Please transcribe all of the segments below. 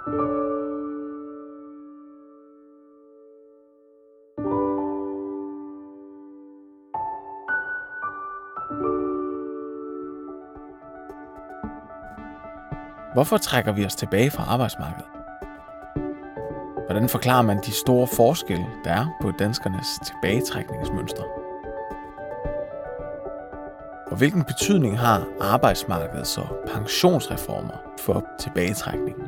Hvorfor trækker vi os tilbage fra arbejdsmarkedet? Hvordan forklarer man de store forskelle, der er på danskernes tilbagetrækningsmønstre? Og hvilken betydning har arbejdsmarkedets og pensionsreformer for tilbagetrækningen?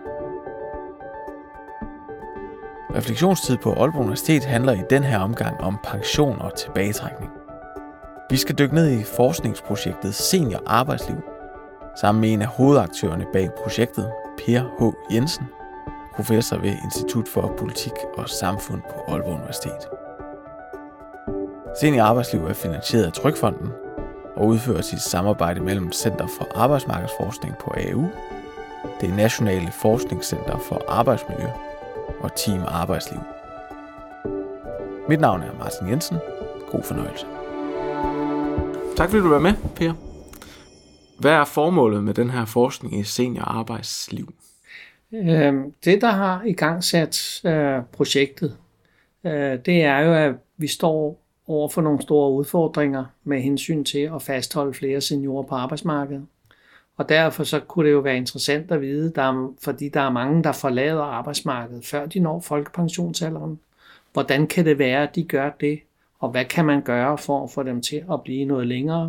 Refleksionstid på Aalborg Universitet handler i den her omgang om pension og tilbagetrækning. Vi skal dykke ned i forskningsprojektet Senior Arbejdsliv, sammen med en af hovedaktørerne bag projektet, Per H. Jensen, professor ved Institut for Politik og Samfund på Aalborg Universitet. Senior Arbejdsliv er finansieret af Trygfonden og udføres i samarbejde mellem Center for Arbejdsmarkedsforskning på AU, det Nationale Forskningscenter for Arbejdsmiljø og Team Arbejdsliv. Mit navn er Martin Jensen. God fornøjelse. Tak fordi du var med, Per. Hvad er formålet med den her forskning i senior arbejdsliv? Det, der har igangsat projektet, det er jo, at vi står over for nogle store udfordringer med hensyn til at fastholde flere seniorer på arbejdsmarkedet. Og derfor så kunne det jo være interessant at vide, fordi der er mange, der forlader arbejdsmarkedet, før de når folkepensionsalderen. Hvordan kan det være, at de gør det? Og hvad kan man gøre for at få dem til at blive noget længere?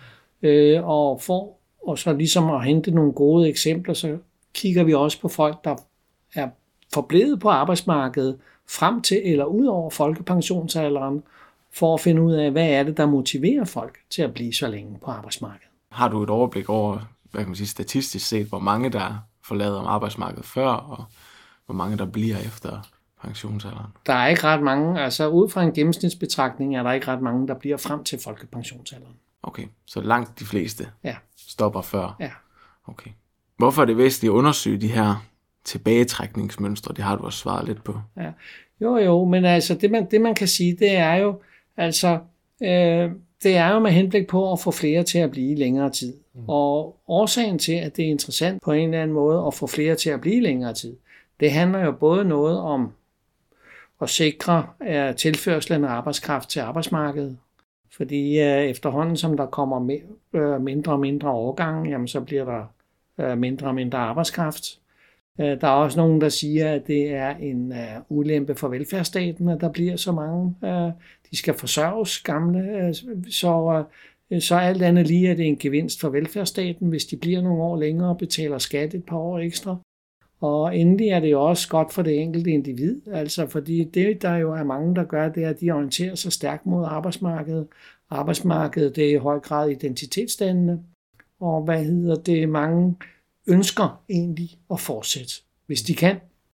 Og så ligesom at hente nogle gode eksempler, så kigger vi også på folk, der er forblevet på arbejdsmarkedet frem til eller ud over folkepensionsalderen, for at finde ud af, hvad er det, der motiverer folk til at blive så længe på arbejdsmarkedet. Har du et overblik over, hvad kan man sige, statistisk set, hvor mange der forlader arbejdsmarkedet før, og hvor mange der bliver efter pensionsalderen? Der er ikke ret mange, altså ud fra en gennemsnitsbetragtning er der ikke ret mange, der bliver frem til folkepensionsalderen. Okay, så langt de fleste stopper før? Ja. Okay. Hvorfor er det væsentligt at undersøge de her tilbagetrækningsmønstre? Det har du også svaret lidt på. Ja. Jo, men altså det man kan sige, det er jo, det er jo med henblik på at få flere til at blive længere tid. Og årsagen til, at det er interessant på en eller anden måde at få flere til at blive længere tid, det handler jo både noget om at sikre tilførslen af arbejdskraft til arbejdsmarkedet. Fordi efterhånden, som der kommer mindre og mindre årgange, jamen så bliver der mindre og mindre arbejdskraft. Der er også nogen, der siger, at det er en ulempe for velfærdsstaten, at der bliver så mange. De skal forsørges gamle, så alt andet lige er det en gevinst for velfærdsstaten, hvis de bliver nogle år længere og betaler skat et par år ekstra. Og endelig er det jo også godt for det enkelte individ, altså fordi det, der jo er mange, der gør, det er, at de orienterer sig stærkt mod arbejdsmarkedet. Arbejdsmarkedet, det er i høj grad identitetsdannende, og mange ønsker egentlig at fortsætte, hvis de kan.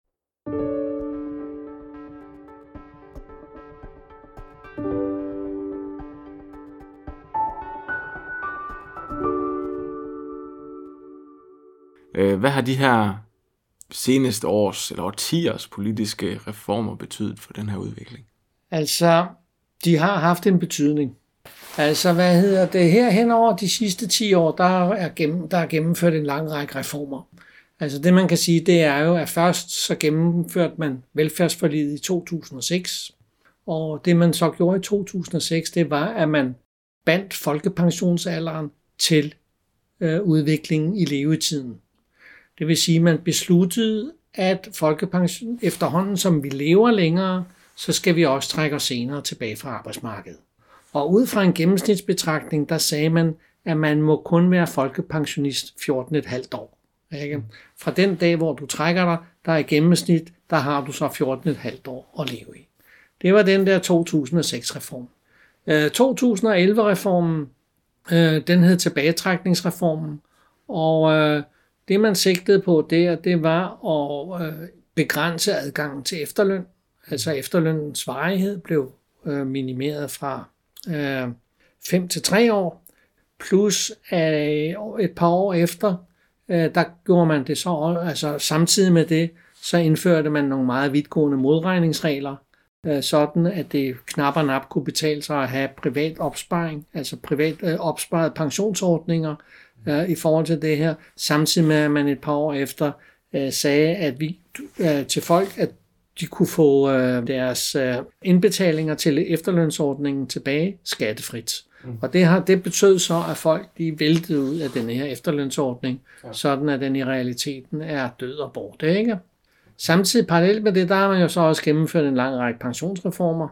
Hvad har de her seneste års eller årtiers politiske reformer betydet for den her udvikling? Altså, de har haft en betydning. Altså, her hen over de sidste 10 år, der er gennemført en lang række reformer. Altså, det man kan sige, det er jo, at først så gennemførte man velfærdsforliget i 2006, og det man så gjorde i 2006, det var, at man bandt folkepensionsalderen til udviklingen i levetiden. Det vil sige, at man besluttede, at folkepension efterhånden, som vi lever længere, så skal vi også trække os senere tilbage fra arbejdsmarkedet. Og ud fra en gennemsnitsbetragtning, der sagde man, at man må kun være folkepensionist 14,5 år. Ikke? Fra den dag, hvor du trækker dig, der er i gennemsnit, der har du så 14,5 år at leve i. Det var den der 2006-reform. 2011-reformen, den hed tilbagetrækningsreformen, og det man sigtede på der, det var at begrænse adgangen til efterløn. Altså efterlønnens varighed blev minimeret fra 5 til 3 år, plus et par år efter, der gjorde man det så, altså samtidig med det, så indførte man nogle meget vidtgående modregningsregler, sådan at det knap og nap kunne betale sig at have privat opsparing, altså privat opsparede pensionsordninger i forhold til det her, samtidig med at man et par år efter sagde, at til folk, at de kunne få deres indbetalinger til efterlønsordningen tilbage skattefrit. Og det betød så, at folk de væltede ud af den her efterlønsordning, sådan at den i realiteten er død og borte, ikke? Samtidig parallelt med det, der har man jo så også gennemført en lang række pensionsreformer,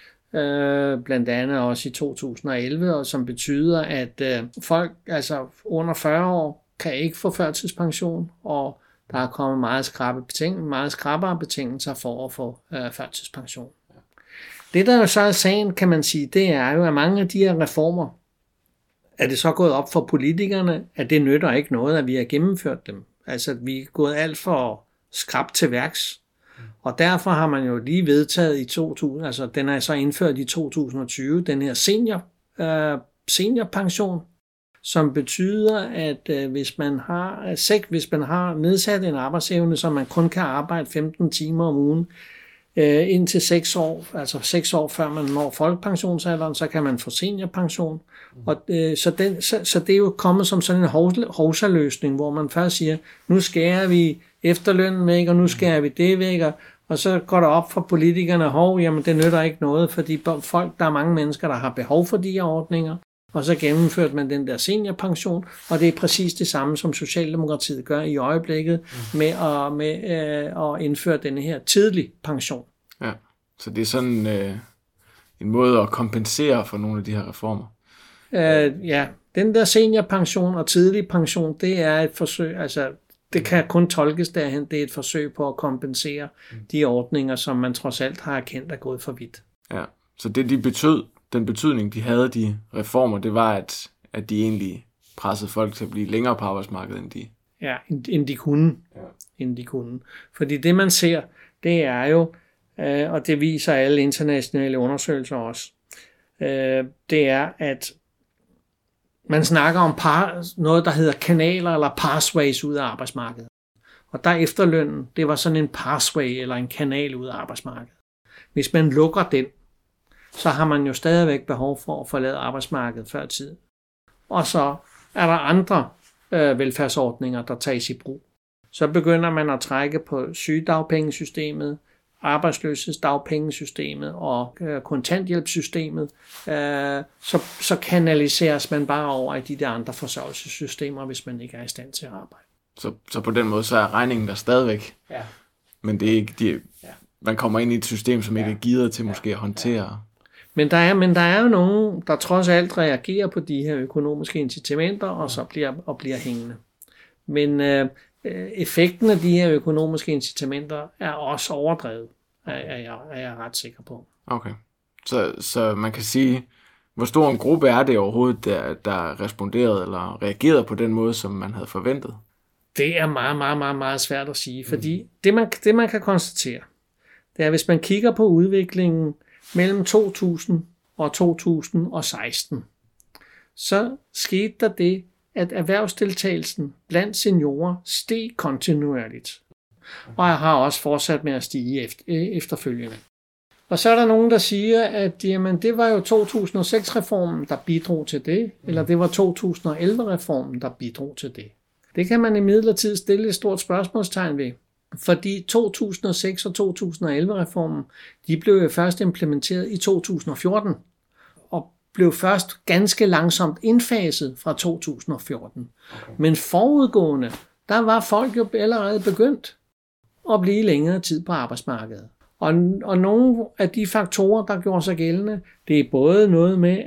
blandt andet også i 2011, og som betyder, at folk altså under 40 år kan ikke få førtidspension, og der er kommet meget skrappere betingelser for at få førtidspension. Det, der jo så er sagen, kan man sige, det er jo, at mange af de her reformer, er det så gået op for politikerne, at det nytter ikke noget, at vi har gennemført dem. Altså, vi er gået alt for skrapt til værks. Og derfor har man jo lige vedtaget i 2000, altså den er så indført i 2020, den her seniorpension, som betyder, at hvis man har nedsat en arbejdsevne, så man kun kan arbejde 15 timer om ugen, indtil 6 år, altså 6 år før man når folkepensionsalderen, så kan man få seniorpension. Og, så det er jo kommet som sådan en hovsaløsning, hvor man først siger, nu skærer vi efterlønnen væk, og nu skærer vi det væk, og så går det op for politikerne, jamen det nytter ikke noget, fordi der er mange mennesker, der har behov for de her ordninger, og så gennemførte man den der seniorpension, og det er præcis det samme, som Socialdemokratiet gør i øjeblikket med at indføre denne her tidlig pension. Ja, så det er sådan en måde at kompensere for nogle af de her reformer. Ja, den der seniorpension og tidlig pension, det er et forsøg, altså det kan kun tolkes derhen, det er et forsøg på at kompensere de ordninger, som man trods alt har erkendt er gået for vidt. Ja, så det den betydning, de havde, de reformer, det var, at de egentlig pressede folk til at blive længere på arbejdsmarkedet, end de... Ja, end de kunne. Ja. End de kunne. Fordi det, man ser, det er jo, og det viser alle internationale undersøgelser også, det er, at man snakker om noget, der hedder kanaler eller pathways ud af arbejdsmarkedet. Og der efterlønnen, det var sådan en pathway eller en kanal ud af arbejdsmarkedet. Hvis man lukker den, så har man jo stadigvæk behov for at forlade arbejdsmarkedet før tid. Og så er der andre velfærdsordninger, der tages i brug. Så begynder man at trække på sygedagpengesystemet, arbejdsløshedsdagpengesystemet og kontanthjælpssystemet. Så kanaliseres man bare over i de der andre forsørgelsessystemer, hvis man ikke er i stand til at arbejde. Så på den måde, så er regningen der stadigvæk. Ja. Men det er ikke... Man kommer ind i et system, som ikke er gearet til måske at håndtere... Ja. Men der er jo nogen, der trods alt reagerer på de her økonomiske incitamenter, og så bliver hængende. Men effekten af de her økonomiske incitamenter er også overdrevet, er jeg ret sikker på. Okay. Så man kan sige, hvor stor en gruppe er det overhovedet, der responderede eller reagerede på den måde, som man havde forventet? Det er meget, meget, meget, meget svært at sige, fordi det man kan konstatere, det er, hvis man kigger på udviklingen mellem 2000 og 2016, så skete der det, at erhvervsdeltagelsen blandt seniorer steg kontinuerligt, og har også fortsat med at stige efterfølgende. Og så er der nogen, der siger, at jamen, det var jo 2006-reformen, der bidrog til det, eller det var 2011-reformen, der bidrog til det. Det kan man imidlertid stille et stort spørgsmålstegn ved. Fordi 2006 og 2011-reformen, de blev jo først implementeret i 2014, og blev først ganske langsomt indfaset fra 2014. Okay. Men forudgående, der var folk jo allerede begyndt at blive længere tid på arbejdsmarkedet. Og nogle af de faktorer, der gjorde sig gældende, det er både noget med,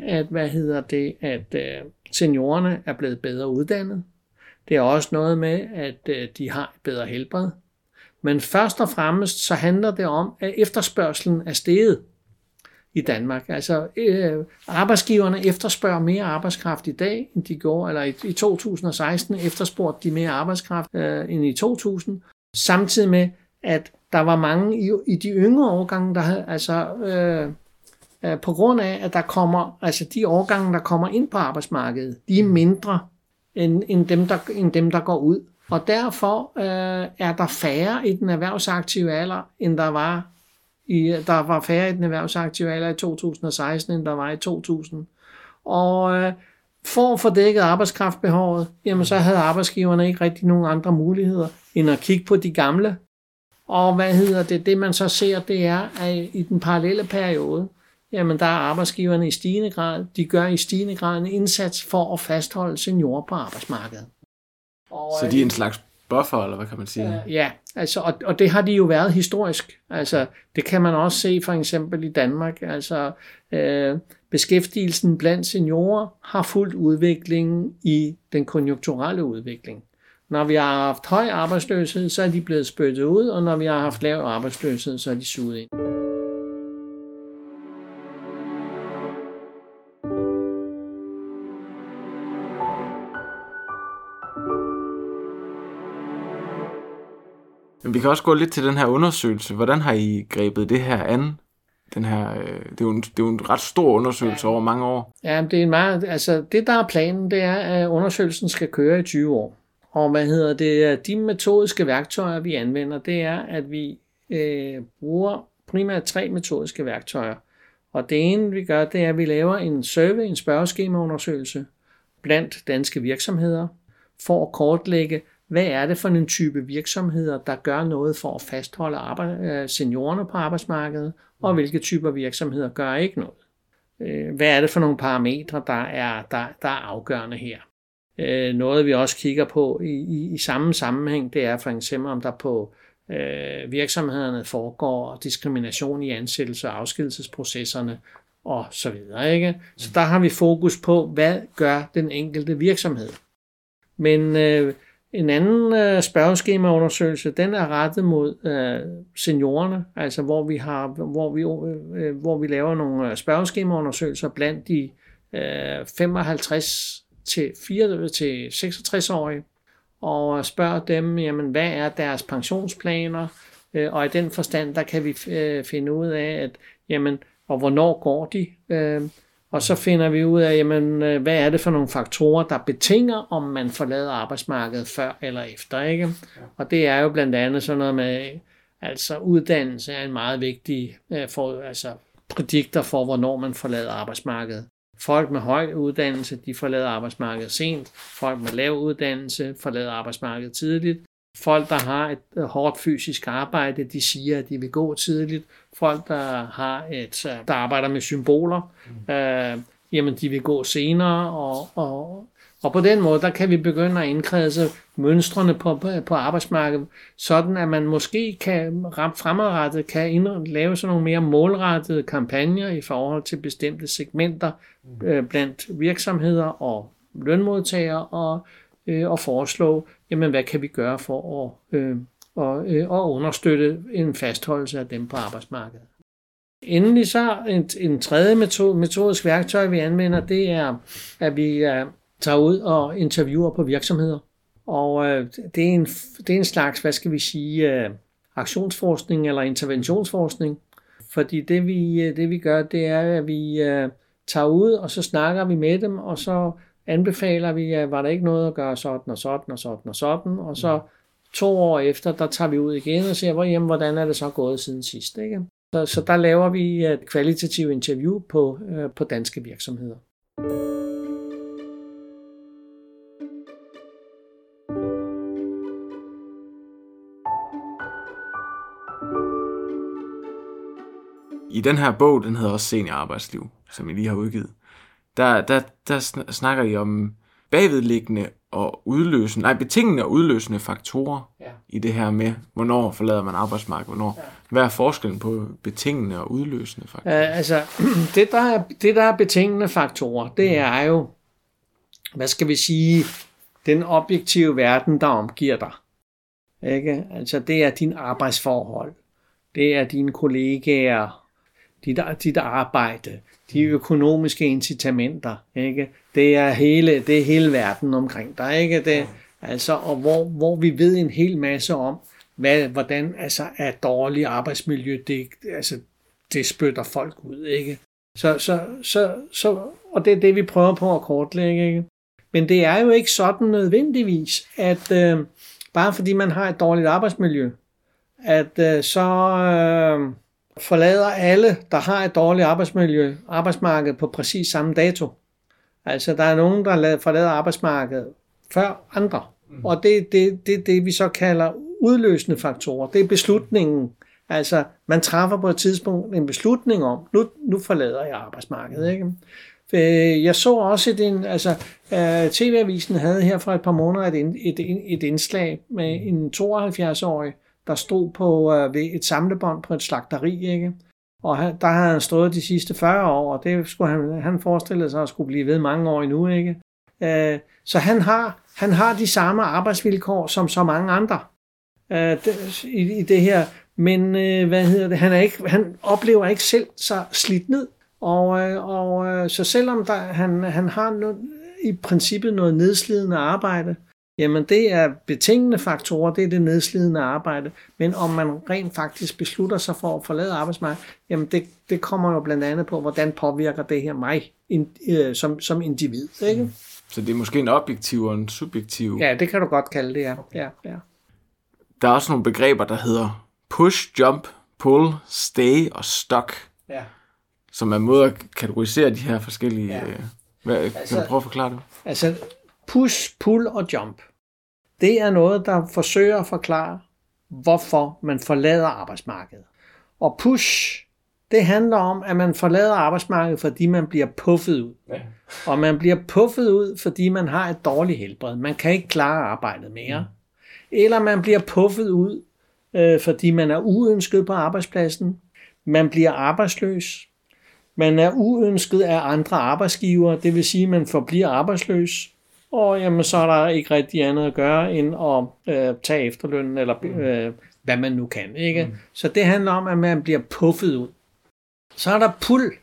at seniorerne er blevet bedre uddannet. Det er også noget med, at de har et bedre helbred. Men først og fremmest så handler det om, at efterspørgselen er steget i Danmark. Altså arbejdsgiverne efterspørger mere arbejdskraft i dag, end de gjorde, eller i 2016 efterspurgte de mere arbejdskraft end i 2000. Samtidig med, at der var mange i de yngre årgange, der havde, på grund af, at der kommer, altså de årgange, der kommer ind på arbejdsmarkedet, de er mindre end dem, der går ud. Og derfor er der færre i den erhvervsaktive alder, end der var færre i den erhvervsaktive alder i 2016, end der var i 2000. Og for at få dækket arbejdskraftbehovet, jamen så havde arbejdsgiverne ikke rigtig nogen andre muligheder, end at kigge på de gamle Og det man så ser, det er, at i den parallelle periode, jamen der er arbejdsgiverne i stigende grad, de gør i stigende grad en indsats for at fastholde seniorer på arbejdsmarkedet. Så de er en slags buffer, eller hvad kan man sige? Ja, altså, og det har de jo været historisk. Altså, det kan man også se for eksempel i Danmark. Altså, beskæftigelsen blandt seniorer har fulgt udviklingen i den konjunkturelle udvikling. Når vi har haft høj arbejdsløshed, så er de blevet spyttet ud, og når vi har haft lav arbejdsløshed, så er de suget ind. Men vi kan også gå lidt til den her undersøgelse. Hvordan har I grebet det her an? Det er jo en ret stor undersøgelse over mange år. Ja, det er det der er planen, det er, at undersøgelsen skal køre i 20 år. Og de metodiske værktøjer, vi anvender, det er, at vi bruger primært 3 metodiske værktøjer. Og det ene, vi gør, det er, at vi laver en survey, en spørgeskemaundersøgelse blandt danske virksomheder, for at kortlægge, hvad er det for en type virksomheder, der gør noget for at fastholde seniorerne på arbejdsmarkedet, og hvilke typer virksomheder gør ikke noget. Hvad er det for nogle parametre, der er afgørende her? Noget vi også kigger på i samme sammenhæng, det er for eksempel, om der på virksomhederne foregår diskrimination i ansættelse- og afskedelsesprocesserne og så videre. Ikke? Så der har vi fokus på, hvad gør den enkelte virksomhed. Men en anden spørgeskemaundersøgelse, den er rettet mod seniorerne, altså hvor vi laver nogle spørgeskemaundersøgelser blandt de 55 til 66-årige, og spørger dem, jamen, hvad er deres pensionsplaner, og i den forstand, der kan vi finde ud af, at, jamen, og hvornår går de, og så finder vi ud af, jamen, hvad er det for nogle faktorer, der betinger, om man forlader arbejdsmarkedet før eller efter, ikke? Og det er jo blandt andet sådan noget med, altså uddannelse er en meget vigtig prædiktor for, hvornår man forlader arbejdsmarkedet. Folk med høj uddannelse, de forlader arbejdsmarkedet sent. Folk med lav uddannelse forlader arbejdsmarkedet tidligt. Folk, der har et hårdt fysisk arbejde, de siger, at de vil gå tidligt. Folk, der arbejder med symboler, jamen de vil gå senere. Og på den måde, der kan vi begynde at indkredse mønstrene på arbejdsmarkedet, sådan at man måske fremadrettet kan lave sådan nogle mere målrettede kampagner i forhold til bestemte segmenter blandt virksomheder og lønmodtagere, og foreslå, jamen hvad kan vi gøre for at understøtte en fastholdelse af dem på arbejdsmarkedet. Endelig så en tredje metodisk værktøj, vi anvender, det er, at vi tager ud og interviewer på virksomheder. Og det er en slags, hvad skal vi sige, aktionsforskning eller interventionsforskning. Fordi det vi gør, det er, at vi tager ud, og så snakker vi med dem, og så anbefaler vi, at var der ikke noget at gøre sådan og sådan og sådan og sådan. Og så 2 år efter, der tager vi ud igen og ser, hvordan er det så gået siden sidst. Ikke? Så der laver vi et kvalitativt interview på danske virksomheder. I den her bog, den hedder også Seniorarbejdsliv, som I lige har udgivet, der snakker I om bagvedliggende og betingende og udløsende faktorer i det her med, hvornår forlader man arbejdsmarkedet, hvad er forskellen på betingende og udløsende faktorer? Det der er betingende faktorer, det er jo, hvad skal vi sige, den objektive verden, der omgiver dig. Ikke? Altså det er din arbejdsforhold, det er dine kollegaer, dit arbejde, de økonomiske incitamenter, ikke? Det er hele verden omkring dig, ikke? Det, altså, og hvor vi ved en hel masse om, hvordan er dårligt arbejdsmiljø, det spytter folk ud, ikke? Og det er det, vi prøver på at kortlægge, ikke? Men det er jo ikke sådan nødvendigvis, at bare fordi man har et dårligt arbejdsmiljø, at forlader alle, der har et dårligt arbejdsmiljø, arbejdsmarkedet på præcis samme dato. Altså, der er nogen, der forlader arbejdsmarkedet før andre. Og det er det, vi så kalder udløsende faktorer. Det er beslutningen. Altså, man træffer på et tidspunkt en beslutning om, nu forlader jeg arbejdsmarkedet. Ikke? Jeg så også TV-avisen havde her for et par måneder et indslag med en 72-årig, der stod på ved et samlebånd på et slagteri, ikke? Og der havde han stået de sidste 40 år, og det skulle han forestillede sig at skulle blive ved mange år endnu, ikke? Så han har de samme arbejdsvilkår som så mange andre i det her, men han oplever ikke selv så slidt ned, og så selvom han har i princippet noget nedslidende arbejde, jamen det er betingende faktorer, det er det nedslidende arbejde, men om man rent faktisk beslutter sig for at forlade arbejdsmarkedet, jamen det kommer jo blandt andet på, hvordan påvirker det her mig som individ, ikke? Så det er måske en objektiv og en subjektiv... Ja, det kan du godt kalde det, ja. Der er også nogle begreber, der hedder push, jump, pull, stay og stuck, som er en måde at kategorisere de her forskellige... Kan du prøve at forklare det? Altså, push, pull og jump, det er noget, der forsøger at forklare, hvorfor man forlader arbejdsmarkedet. Og push, det handler om, at man forlader arbejdsmarkedet, fordi man bliver puffet ud. Ja. Og man bliver puffet ud, fordi man har et dårligt helbred. Man kan ikke klare arbejdet mere. Eller man bliver puffet ud, fordi man er uønsket på arbejdspladsen. Man bliver arbejdsløs. Man er uønsket af andre arbejdsgivere, det vil sige, at man forbliver arbejdsløs. Og jamen, så er der ikke rigtig andet at gøre, end at tage efterlønnen, eller hvad man nu kan. Ikke? Så det handler om, at man bliver puffet ud. Så er der pull.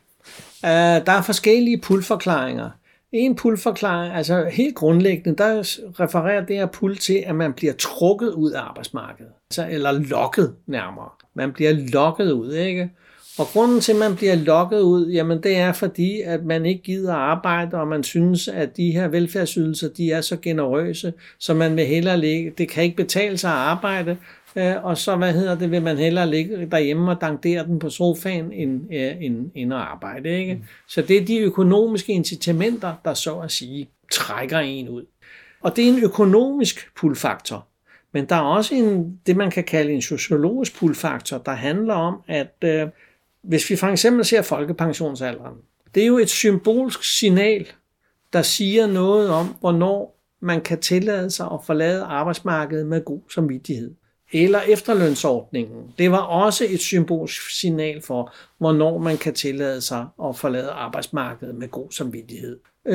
Der er forskellige pull-forklaringer. En pull-forklaring, altså helt grundlæggende, der refererer det her pull til, at man bliver trukket ud af arbejdsmarkedet. Altså, eller lokket nærmere. Man bliver lokket ud, ikke? Og grunden til, at man bliver lokket ud, jamen det er fordi, at man ikke gider arbejde, og man synes, at de her velfærdsydelser, de er så generøse, så man vil hellere ligge, det kan ikke betale sig at arbejde, og så vil man hellere ligge derhjemme og dankere den på sofaen, end at arbejde. Ikke? Så det er de økonomiske incitamenter, der så at sige trækker en ud. Og det er en økonomisk pull-faktor. Men der er også det, man kan kalde en sociologisk pull-faktor, der handler om, at hvis vi for eksempel ser folkepensionsalderen, det er jo et symbolsk signal, der siger noget om, hvornår man kan tillade sig at forlade arbejdsmarkedet med god samvittighed. Eller efterlønsordningen. Det var også et symbolsk signal for, hvornår man kan tillade sig at forlade arbejdsmarkedet med god samvittighed.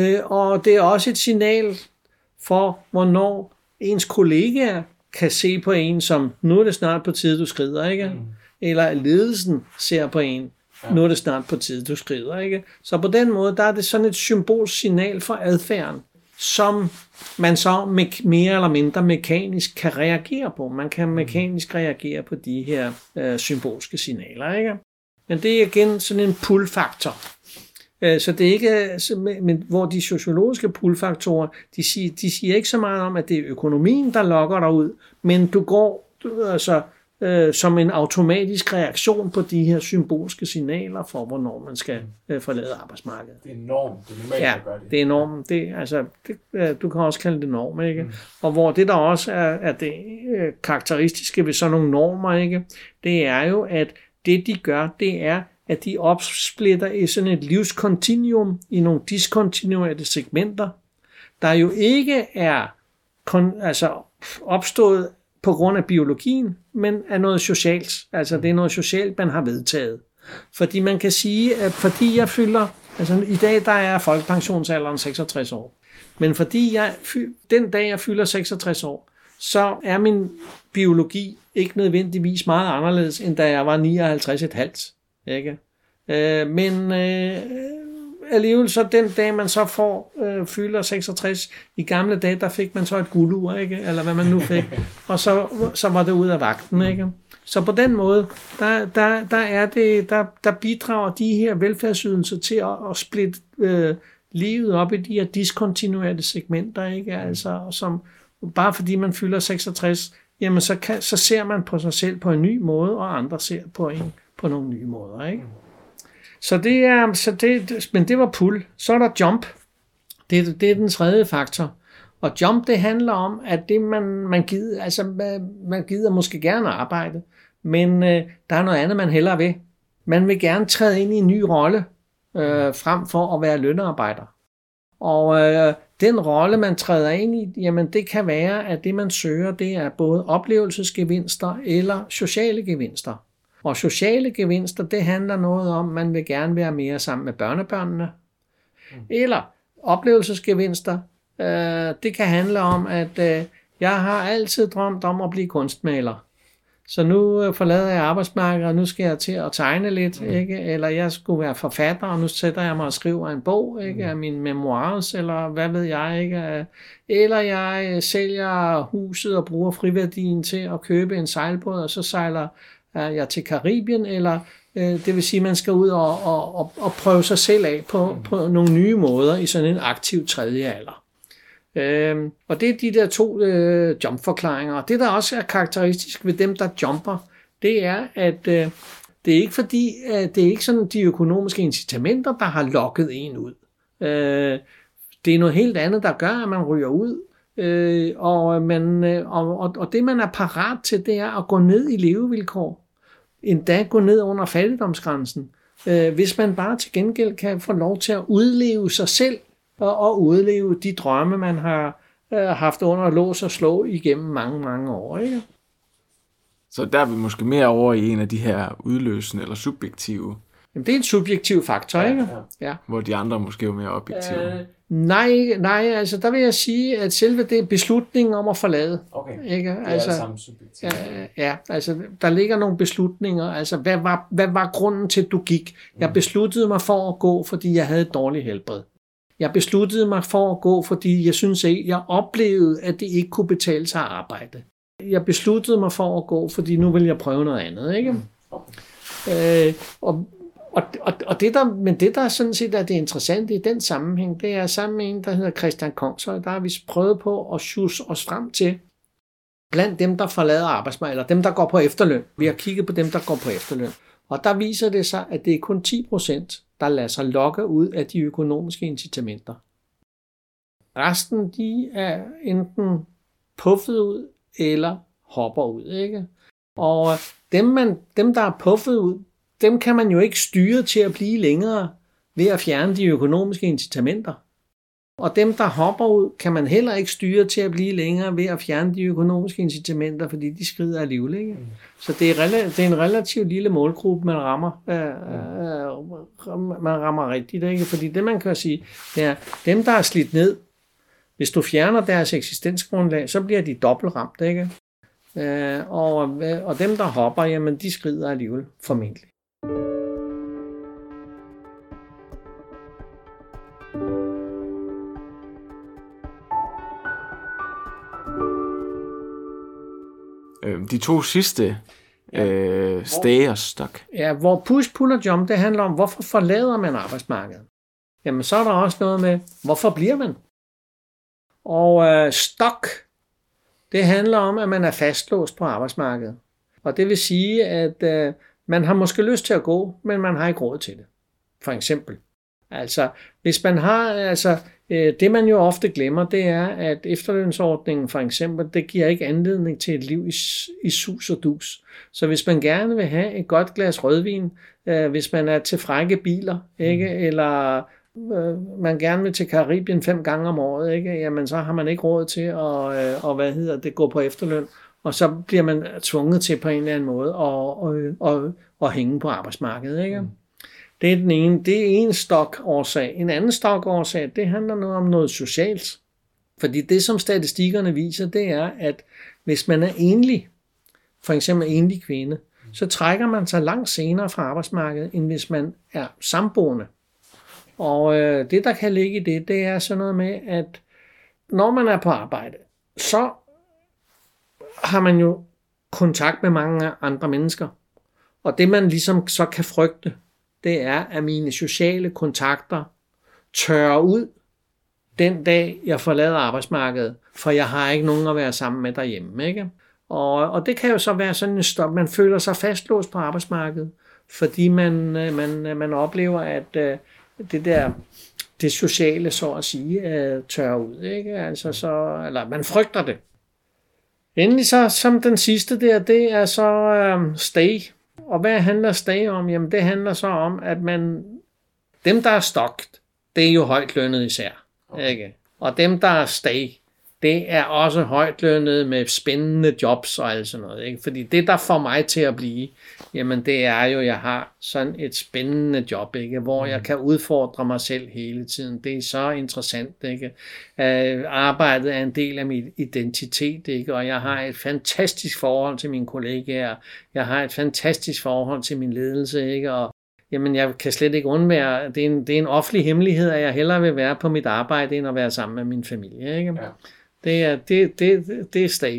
Og det er også et signal for, hvornår ens kollegaer kan se på en som, nu er det snart på tide, du skrider, ikke? Eller ledelsen ser på en, nu er det snart på tide, du skrider, ikke? Så på den måde, der er det sådan et symbolsk signal for adfærden, som man så mere eller mindre mekanisk kan reagere på. Man kan mekanisk reagere på de her symbolske signaler, ikke? Men det er igen sådan en pull-faktor. Så det er ikke, hvor de sociologiske pull-faktorer, de siger ikke så meget om, at det er økonomien, der lokker dig ud, men du går som en automatisk reaktion på de her symbolske signaler for, hvornår man skal forlade arbejdsmarkedet. Det er norm. Det er normalt at gøre det. Det er norm. Du kan også kalde det norm, ikke? Og hvor det der også er det karakteristiske ved sådan nogle normer, ikke? Det er jo, at det de gør, det er, at de opsplitter i sådan et livskontinuum i nogle diskontinuerede segmenter, der jo ikke er opstået på grund af biologien, men er noget socialt. Altså det er noget socialt, man har vedtaget. Fordi man kan sige, at fordi jeg fylder, altså i dag der er folkepensionsalderen 66 år, men fordi den dag jeg fylder 66 år, så er min biologi ikke nødvendigvis meget anderledes, end da jeg var 59,5. Ikke? Men alligevel så den dag, man så fylder 66, i gamle dage, der fik man så et guldur, ikke? Eller hvad man nu fik, og så var det ud af vagten, ikke? Så på den måde, der bidrager de her velfærdsydelser til at splitte livet op i de her diskontinuerede segmenter, ikke? Altså, som bare fordi man fylder 66, jamen så ser man på sig selv på en ny måde, og andre ser på nogle nye måder, ikke? Men det var pull. Så er der jump. Det er den tredje faktor. Og jump, det handler om, at det man gider, altså man gider måske gerne arbejde, men der er noget andet, man hellere vil. Man vil gerne træde ind i en ny rolle, frem for at være lønarbejder. Og den rolle, man træder ind i, jamen det kan være, at det man søger, det er både oplevelsesgevinster eller sociale gevinster. Og sociale gevinster, det handler noget om, at man vil gerne være mere sammen med børnebørnene. Eller oplevelsesgevinster, det kan handle om, at jeg har altid drømt om at blive kunstmaler. Så nu forlader jeg arbejdsmarkedet, og nu skal jeg til at tegne lidt, ikke? Eller jeg skulle være forfatter, og nu sætter jeg mig og skriver en bog, ikke? Af mine memoirs, eller hvad ved jeg, ikke? Eller jeg sælger huset og bruger friværdien til at købe en sejlbåd, og så sejler jeg til Karibien, eller det vil sige, at man skal ud og prøve sig selv af på nogle nye måder i sådan en aktiv tredje alder. Og det er de der to jump-forklaringer. Og det, der også er karakteristisk ved dem, der jumper, det er, at det er ikke fordi, det er ikke sådan de økonomiske incitamenter, der har lokket en ud. Det er noget helt andet, der gør, at man ryger ud. Og det, man er parat til, det er at gå ned i levevilkår. Endda gå ned under fattigdomsgrænsen. Hvis man bare til gengæld kan få lov til at udleve sig selv, og udleve de drømme, man har haft under lås og slå igennem mange, mange år. Ikke? Så der er vi måske mere over i en af de her udløsende eller subjektive. Jamen, det er en subjektiv faktor, ikke? Ja. Hvor de andre måske er mere objektive. Nej, altså der vil jeg sige, at selve det beslutningen om at forlade. Okay, ikke? det er altså, samme subjektivt. Ja, altså der ligger nogle beslutninger. Altså, hvad var grunden til, at du gik? Jeg besluttede mig for at gå, fordi jeg havde et dårligt helbred. Jeg besluttede mig for at gå, fordi jeg oplevede, at det ikke kunne betale sig at arbejde. Jeg besluttede mig for at gå, fordi nu vil jeg prøve noget andet, ikke? Men det der sådan set er det interessante i den sammenhæng, det er sammen med en, der hedder Christian Kongsøj, der har vi prøvet på at sjuse os frem til, blandt dem, der forlader arbejdsmarkedet, eller dem, der går på efterløn. Vi har kigget på dem, der går på efterløn. Og der viser det sig, at det er kun 10%, der lader sig lokke ud af de økonomiske incitamenter. Resten, de er enten puffet ud, eller hopper ud, ikke? Og dem, der er puffet ud, dem kan man jo ikke styre til at blive længere ved at fjerne de økonomiske incitamenter. Og dem, der hopper ud, kan man heller ikke styre til at blive længere ved at fjerne de økonomiske incitamenter, fordi de skrider alligevel, ikke? Så det er en relativt lille målgruppe, man rammer rigtigt, ikke? Fordi det, man kan sige, det er, dem, der er slidt ned, hvis du fjerner deres eksistensgrundlag, så bliver de dobbelt ramt, ikke? Og dem, der hopper, jamen, de skrider alligevel formentlig. De to sidste, stay og stok. Ja, hvor push, pull og jump, det handler om, hvorfor forlader man arbejdsmarkedet? Jamen, så er der også noget med, hvorfor bliver man? Og stok, det handler om, at man er fastlåst på arbejdsmarkedet. Og det vil sige, at man har måske lyst til at gå, men man har ikke råd til det. For eksempel. Altså, hvis man har, det man jo ofte glemmer, det er, at efterlønsordningen for eksempel, det giver ikke anledning til et liv i sus og dus. Så hvis man gerne vil have et godt glas rødvin, hvis man er til frække biler, ikke, eller man gerne vil til Karibien 5 gange om året, ikke, jamen så har man ikke råd til at gå på efterløn, og så bliver man tvunget til på en eller anden måde at hænge på arbejdsmarkedet, ikke? Det er den ene. Det er en stokårsag. En anden stokårsag, det handler noget om noget socialt. Fordi det, som statistikkerne viser, det er, at hvis man er enlig, for eksempel enlig kvinde, så trækker man sig langt senere fra arbejdsmarkedet, end hvis man er samboende. Og det, der kan ligge i det er sådan noget med, at når man er på arbejde, så har man jo kontakt med mange andre mennesker. Og det, man ligesom så kan frygte, det er, at mine sociale kontakter tørrer ud den dag, jeg forlader arbejdsmarkedet, for jeg har ikke nogen at være sammen med derhjemme, ikke? Og det kan jo så være sådan en stop. Man føler sig fastlåst på arbejdsmarkedet, fordi man oplever, at det det sociale, så at sige, tørrer ud. Ikke? Altså eller man frygter det. Endelig så, som den sidste der, det er så stay. Og hvad handler stay om? Jamen det handler så om, at dem der er stokt, det er jo højt lønnet især. Ikke? Og dem der er stay, det er også højt lønnet med spændende jobs og alt sådan noget. Ikke? Fordi det der får mig til at blive, jamen det er jo, jeg har sådan et spændende job, ikke? Hvor jeg kan udfordre mig selv hele tiden. Det er så interessant. Ikke? Arbejdet er en del af min identitet, ikke? Og jeg har et fantastisk forhold til mine kollegaer. Jeg har et fantastisk forhold til min ledelse, ikke? Og jamen, jeg kan slet ikke undvære. Det er en offentlig hemmelighed, at jeg hellere vil være på mit arbejde, end at være sammen med min familie. Ikke? Ja. Det er stay.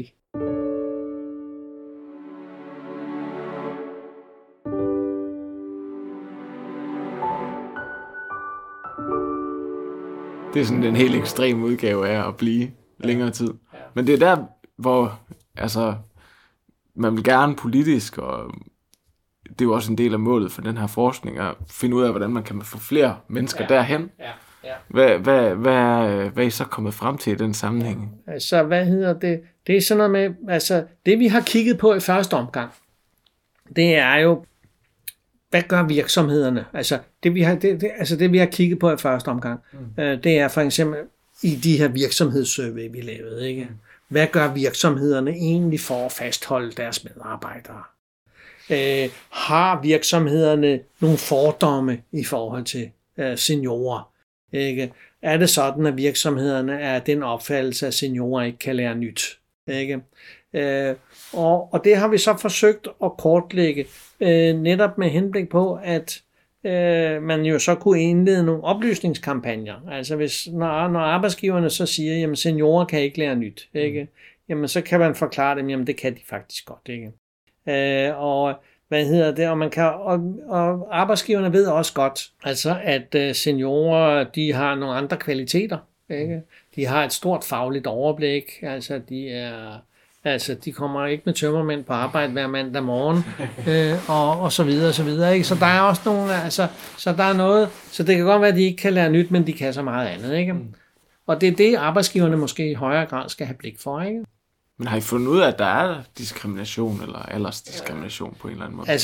Det er sådan en helt ekstrem udgave af at blive længere tid. Ja. Men det er der, hvor man vil gerne politisk, og det er jo også en del af målet for den her forskning, at finde ud af, hvordan man kan få flere mennesker derhen. Ja. Ja. Hvad er I så kommet frem til i den sammenhæng? Altså, det er sådan noget med, altså, det vi har kigget på i første omgang, det er jo, hvad gør virksomhederne? Altså, det vi har kigget på i første omgang, det er for eksempel i de her virksomhedssurvey, vi lavede, ikke? Hvad gør virksomhederne egentlig for at fastholde deres medarbejdere? Har virksomhederne nogle fordomme i forhold til seniorer? Ikke? Er det sådan, at virksomhederne er den opfattelse, at seniorer ikke kan lære nyt? Ikke? Og det har vi så forsøgt at kortlægge, netop med henblik på, at man jo så kunne indlede nogle oplysningskampagner. Altså når arbejdsgiverne så siger, at seniorer kan ikke lære nyt, ikke? Jamen så kan man forklare dem, jamen det kan de faktisk godt. Ikke? Og arbejdsgiverne ved også godt, altså at seniorer, de har nogle andre kvaliteter, ikke? De har et stort fagligt overblik, altså de kommer ikke med tømmermænd på arbejde hver mandag morgen, og så videre, og så videre, ikke? Så der er også nogle, så der er noget, så det kan godt være, at de ikke kan lære nyt, men de kan så meget andet, ikke? Og det er det, arbejdsgiverne måske i højere grad skal have blik for, ikke? Men har I fundet ud af, at der er diskrimination eller aldersdiskrimination på en eller anden måde?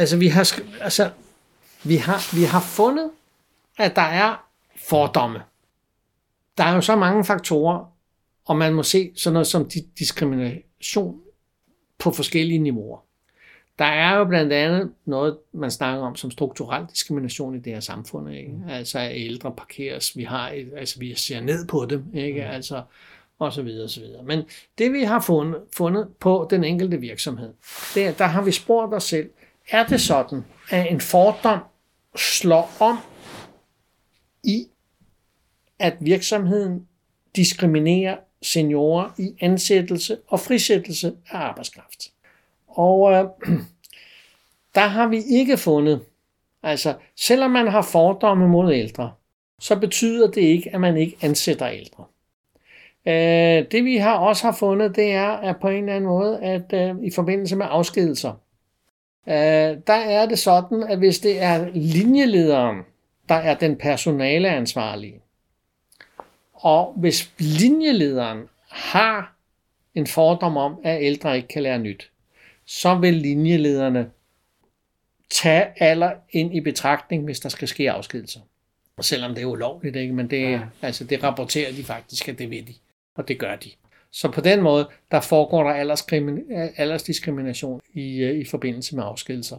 Vi har fundet, at der er fordomme. Der er jo så mange faktorer, og man må se sådan noget som diskrimination på forskellige niveauer. Der er jo blandt andet noget, man snakker om som strukturel diskrimination i det her samfund, ikke? Altså at ældre parkeres, vi ser ned på dem, ikke? Altså og så videre, og så videre. Men det vi har fundet på den enkelte virksomhed, der har vi spurgt os selv, er det sådan, at en fordom slår om i, at virksomheden diskriminerer seniorer i ansættelse og frisættelse af arbejdskraft? Og der har vi ikke fundet, altså selvom man har fordomme mod ældre, så betyder det ikke, at man ikke ansætter ældre. Det vi også har fundet, det er at på en eller anden måde, at i forbindelse med afskedelser, der er det sådan, at hvis det er linjelederen, der er den personaleansvarlige, og hvis linjelederen har en fordom om, at ældre ikke kan lære nyt, så vil linjelederne tage alder ind i betragtning, hvis der skal ske afskedelser. Selvom det er ulovligt, ikke? Men det rapporterer de faktisk, at det ved de. Og det gør de. Så på den måde, der foregår der aldersdiskrimination i forbindelse med afskedelser.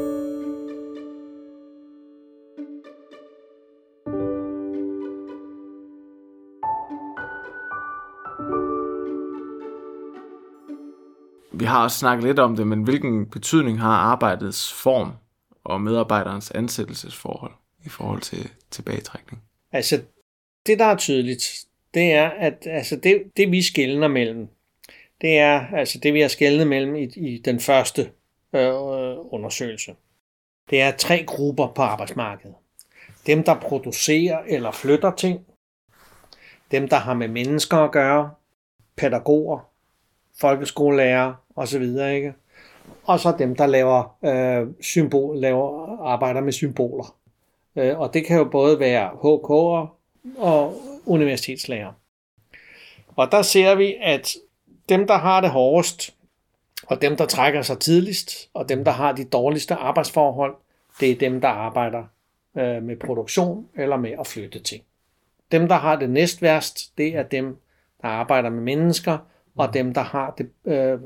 Vi har også snakket lidt om det, men hvilken betydning har arbejdets form og medarbejderens ansættelsesforhold i forhold til tilbagetrækning? Altså, det der er tydeligt, det er, at altså det vi skelner mellem, det er altså det vi har skelnet mellem i den første undersøgelse. Det er 3 grupper på arbejdsmarkedet. Dem, der producerer eller flytter ting. Dem, der har med mennesker at gøre. Pædagoger, folkeskolelærer osv. Ikke? Og så dem, der arbejder med symboler. Og det kan jo både være HK'er, og universitetslærer. Og der ser vi, at dem, der har det hårdest, og dem, der trækker sig tidligst, og dem, der har de dårligste arbejdsforhold, det er dem, der arbejder med produktion eller med at flytte ting. Dem, der har det næstværst, det er dem, der arbejder med mennesker, og dem, der har det,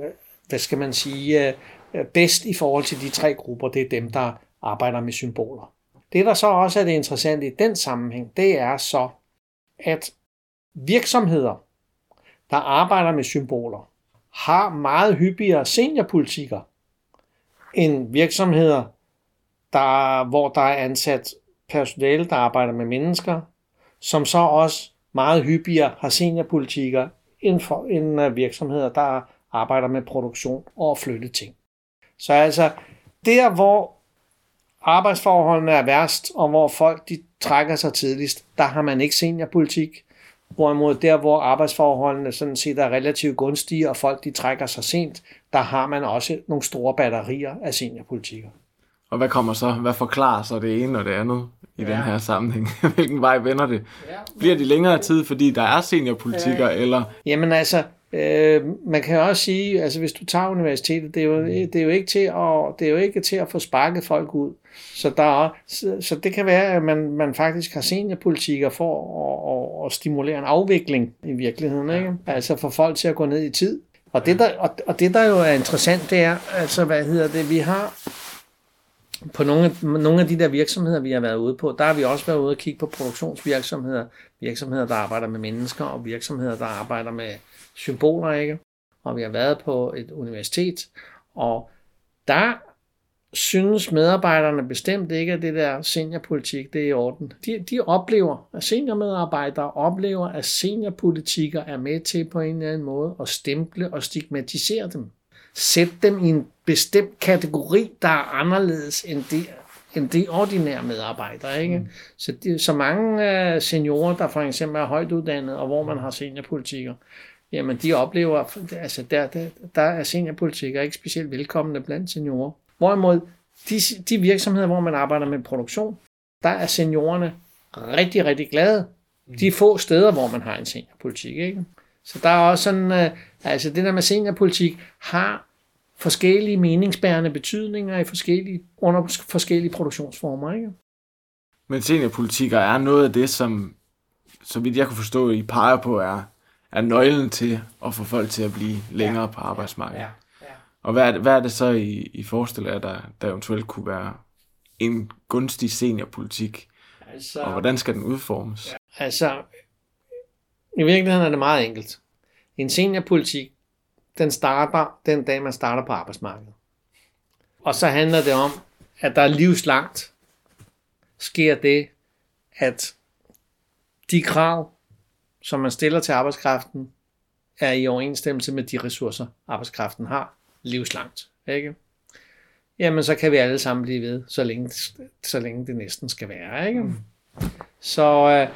bedst i forhold til de tre grupper, det er dem, der arbejder med symboler. Det, der så også er det interessante i den sammenhæng, det er så, at virksomheder, der arbejder med symboler, har meget hyppigere seniorpolitikker end virksomheder, hvor der er ansat personale, der arbejder med mennesker, som så også meget hyppigere har seniorpolitikker end virksomheder, der arbejder med produktion og at flytte ting. Så altså, der hvor arbejdsforholdene er værst, og hvor folk de trækker sig tidligst, der har man ikke seniorpolitik. Hvorimod der, hvor arbejdsforholdene sådan set er relativt gunstige, og folk de trækker sig sent, der har man også nogle store batterier af seniorpolitikker. Og hvad kommer så? Hvad forklarer så det ene og det andet i den her sammenhæng? Hvilken vej vender det? Bliver de længere tid, fordi der er seniorpolitikker, eller? Jamen altså, man kan også sige, altså hvis du tager universitetet, det er jo ikke til at få sparket folk ud. Så det kan være, at man faktisk har seniorpolitikker for at stimulere en afvikling i virkeligheden, ikke? Altså for folk til at gå ned i tid. Og det der jo er interessant, det er, altså vi har på nogle af de der virksomheder, vi har været ude på, der har vi også været ude og kigge på produktionsvirksomheder, virksomheder, der arbejder med mennesker, og virksomheder, der arbejder med symboler, ikke? Og vi har været på et universitet, og der synes medarbejderne bestemt ikke, at det der seniorpolitik, det er i orden. De oplever, at seniormedarbejdere oplever, at seniorpolitikker er med til på en eller anden måde at stemple og stigmatisere dem. Sæt dem i en bestemt kategori, der er anderledes end de ordinære medarbejdere, ikke? Så mange seniorer, der for eksempel er højt uddannet, og hvor man har seniorpolitikker, jamen de oplever, altså der er seniorpolitikker ikke specielt velkomne blandt seniorer. Hvorimod de virksomheder, hvor man arbejder med produktion, der er seniorerne rigtig, rigtig glade. De få steder, hvor man har en seniorpolitik, ikke? Så der er også sådan, altså det der med seniorpolitik har forskellige meningsbærende betydninger under forskellige produktionsformer, ikke? Men seniorpolitikker er noget af det, som, så vidt jeg kunne forstå, I peger på, er nøglen til at få folk til at blive længere på arbejdsmarkedet. Ja. Og hvad er det så, I forestiller jer, der eventuelt kunne være en gunstig seniorpolitik? Altså, og hvordan skal den udformes? Ja. Altså, i virkeligheden er det meget enkelt. En seniorpolitik, den starter den dag, man starter på arbejdsmarkedet. Og så handler det om, at der livslangt sker det, at de krav, som man stiller til arbejdskraften, er i overensstemmelse med de ressourcer, arbejdskraften har livslangt. Ikke? Jamen, så kan vi alle sammen blive ved, så længe det næsten skal være. Ikke? Så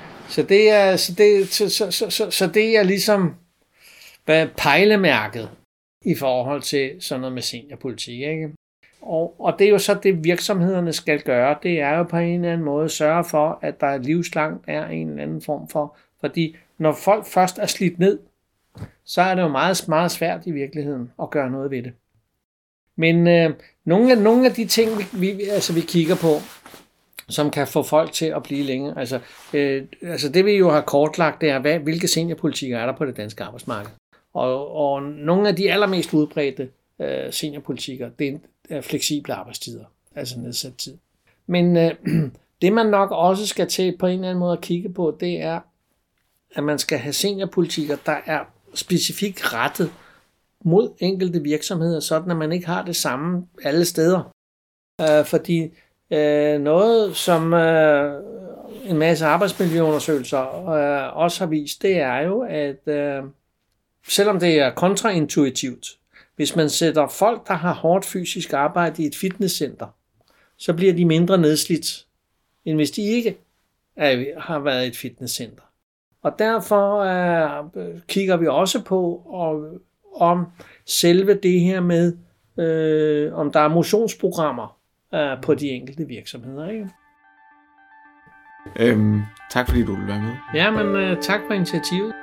det er ligesom pejlemærket i forhold til sådan noget med seniorpolitik. Ikke? Og det er jo så det, virksomhederne skal gøre. Det er jo på en eller anden måde sørge for, at der livslangt er en eller anden form for. Fordi når folk først er slidt ned, så er det jo meget, meget svært i virkeligheden at gøre noget ved det. Men nogle af de ting, vi kigger på, som kan få folk til at blive længere, altså det vi jo har kortlagt, det er, hvilke seniorpolitikker er der på det danske arbejdsmarked. Og nogle af de allermest udbredte seniorpolitikker, det er fleksible arbejdstider, altså nedsat tid. Men det man nok også skal til på en eller anden måde at kigge på, det er, at man skal have seniorpolitikker, der er specifikt rettet mod enkelte virksomheder, sådan at man ikke har det samme alle steder. Fordi noget, som en masse arbejdsmiljøundersøgelser også har vist, det er jo, at selvom det er kontraintuitivt, hvis man sætter folk, der har hårdt fysisk arbejde i et fitnesscenter, så bliver de mindre nedslidt, end hvis de ikke har været i et fitnesscenter. Og derfor kigger vi også på, om selve det her med, om der er motionsprogrammer på de enkelte virksomheder. Ikke? Tak fordi du ville være med. Ja, men tak for initiativet.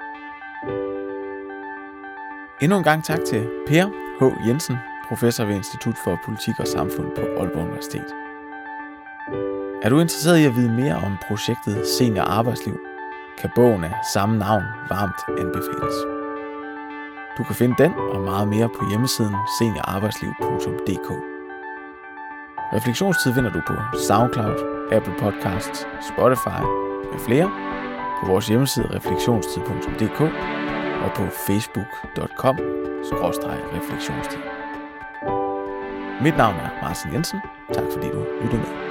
Endnu en gang tak til Per H. Jensen, professor ved Institut for Politik og Samfund på Aalborg Universitet. Er du interesseret i at vide mere om projektet Senior Arbejdsliv, kan bogen af samme navn varmt anbefales. Du kan finde den og meget mere på hjemmesiden seniorarbejdsliv.dk. Refleksionstid finder du på SoundCloud, Apple Podcasts, Spotify med flere, på vores hjemmeside refleksionstid.dk og på facebook.com/refleksionstid. Mit navn er Martin Jensen. Tak fordi du lyttede med.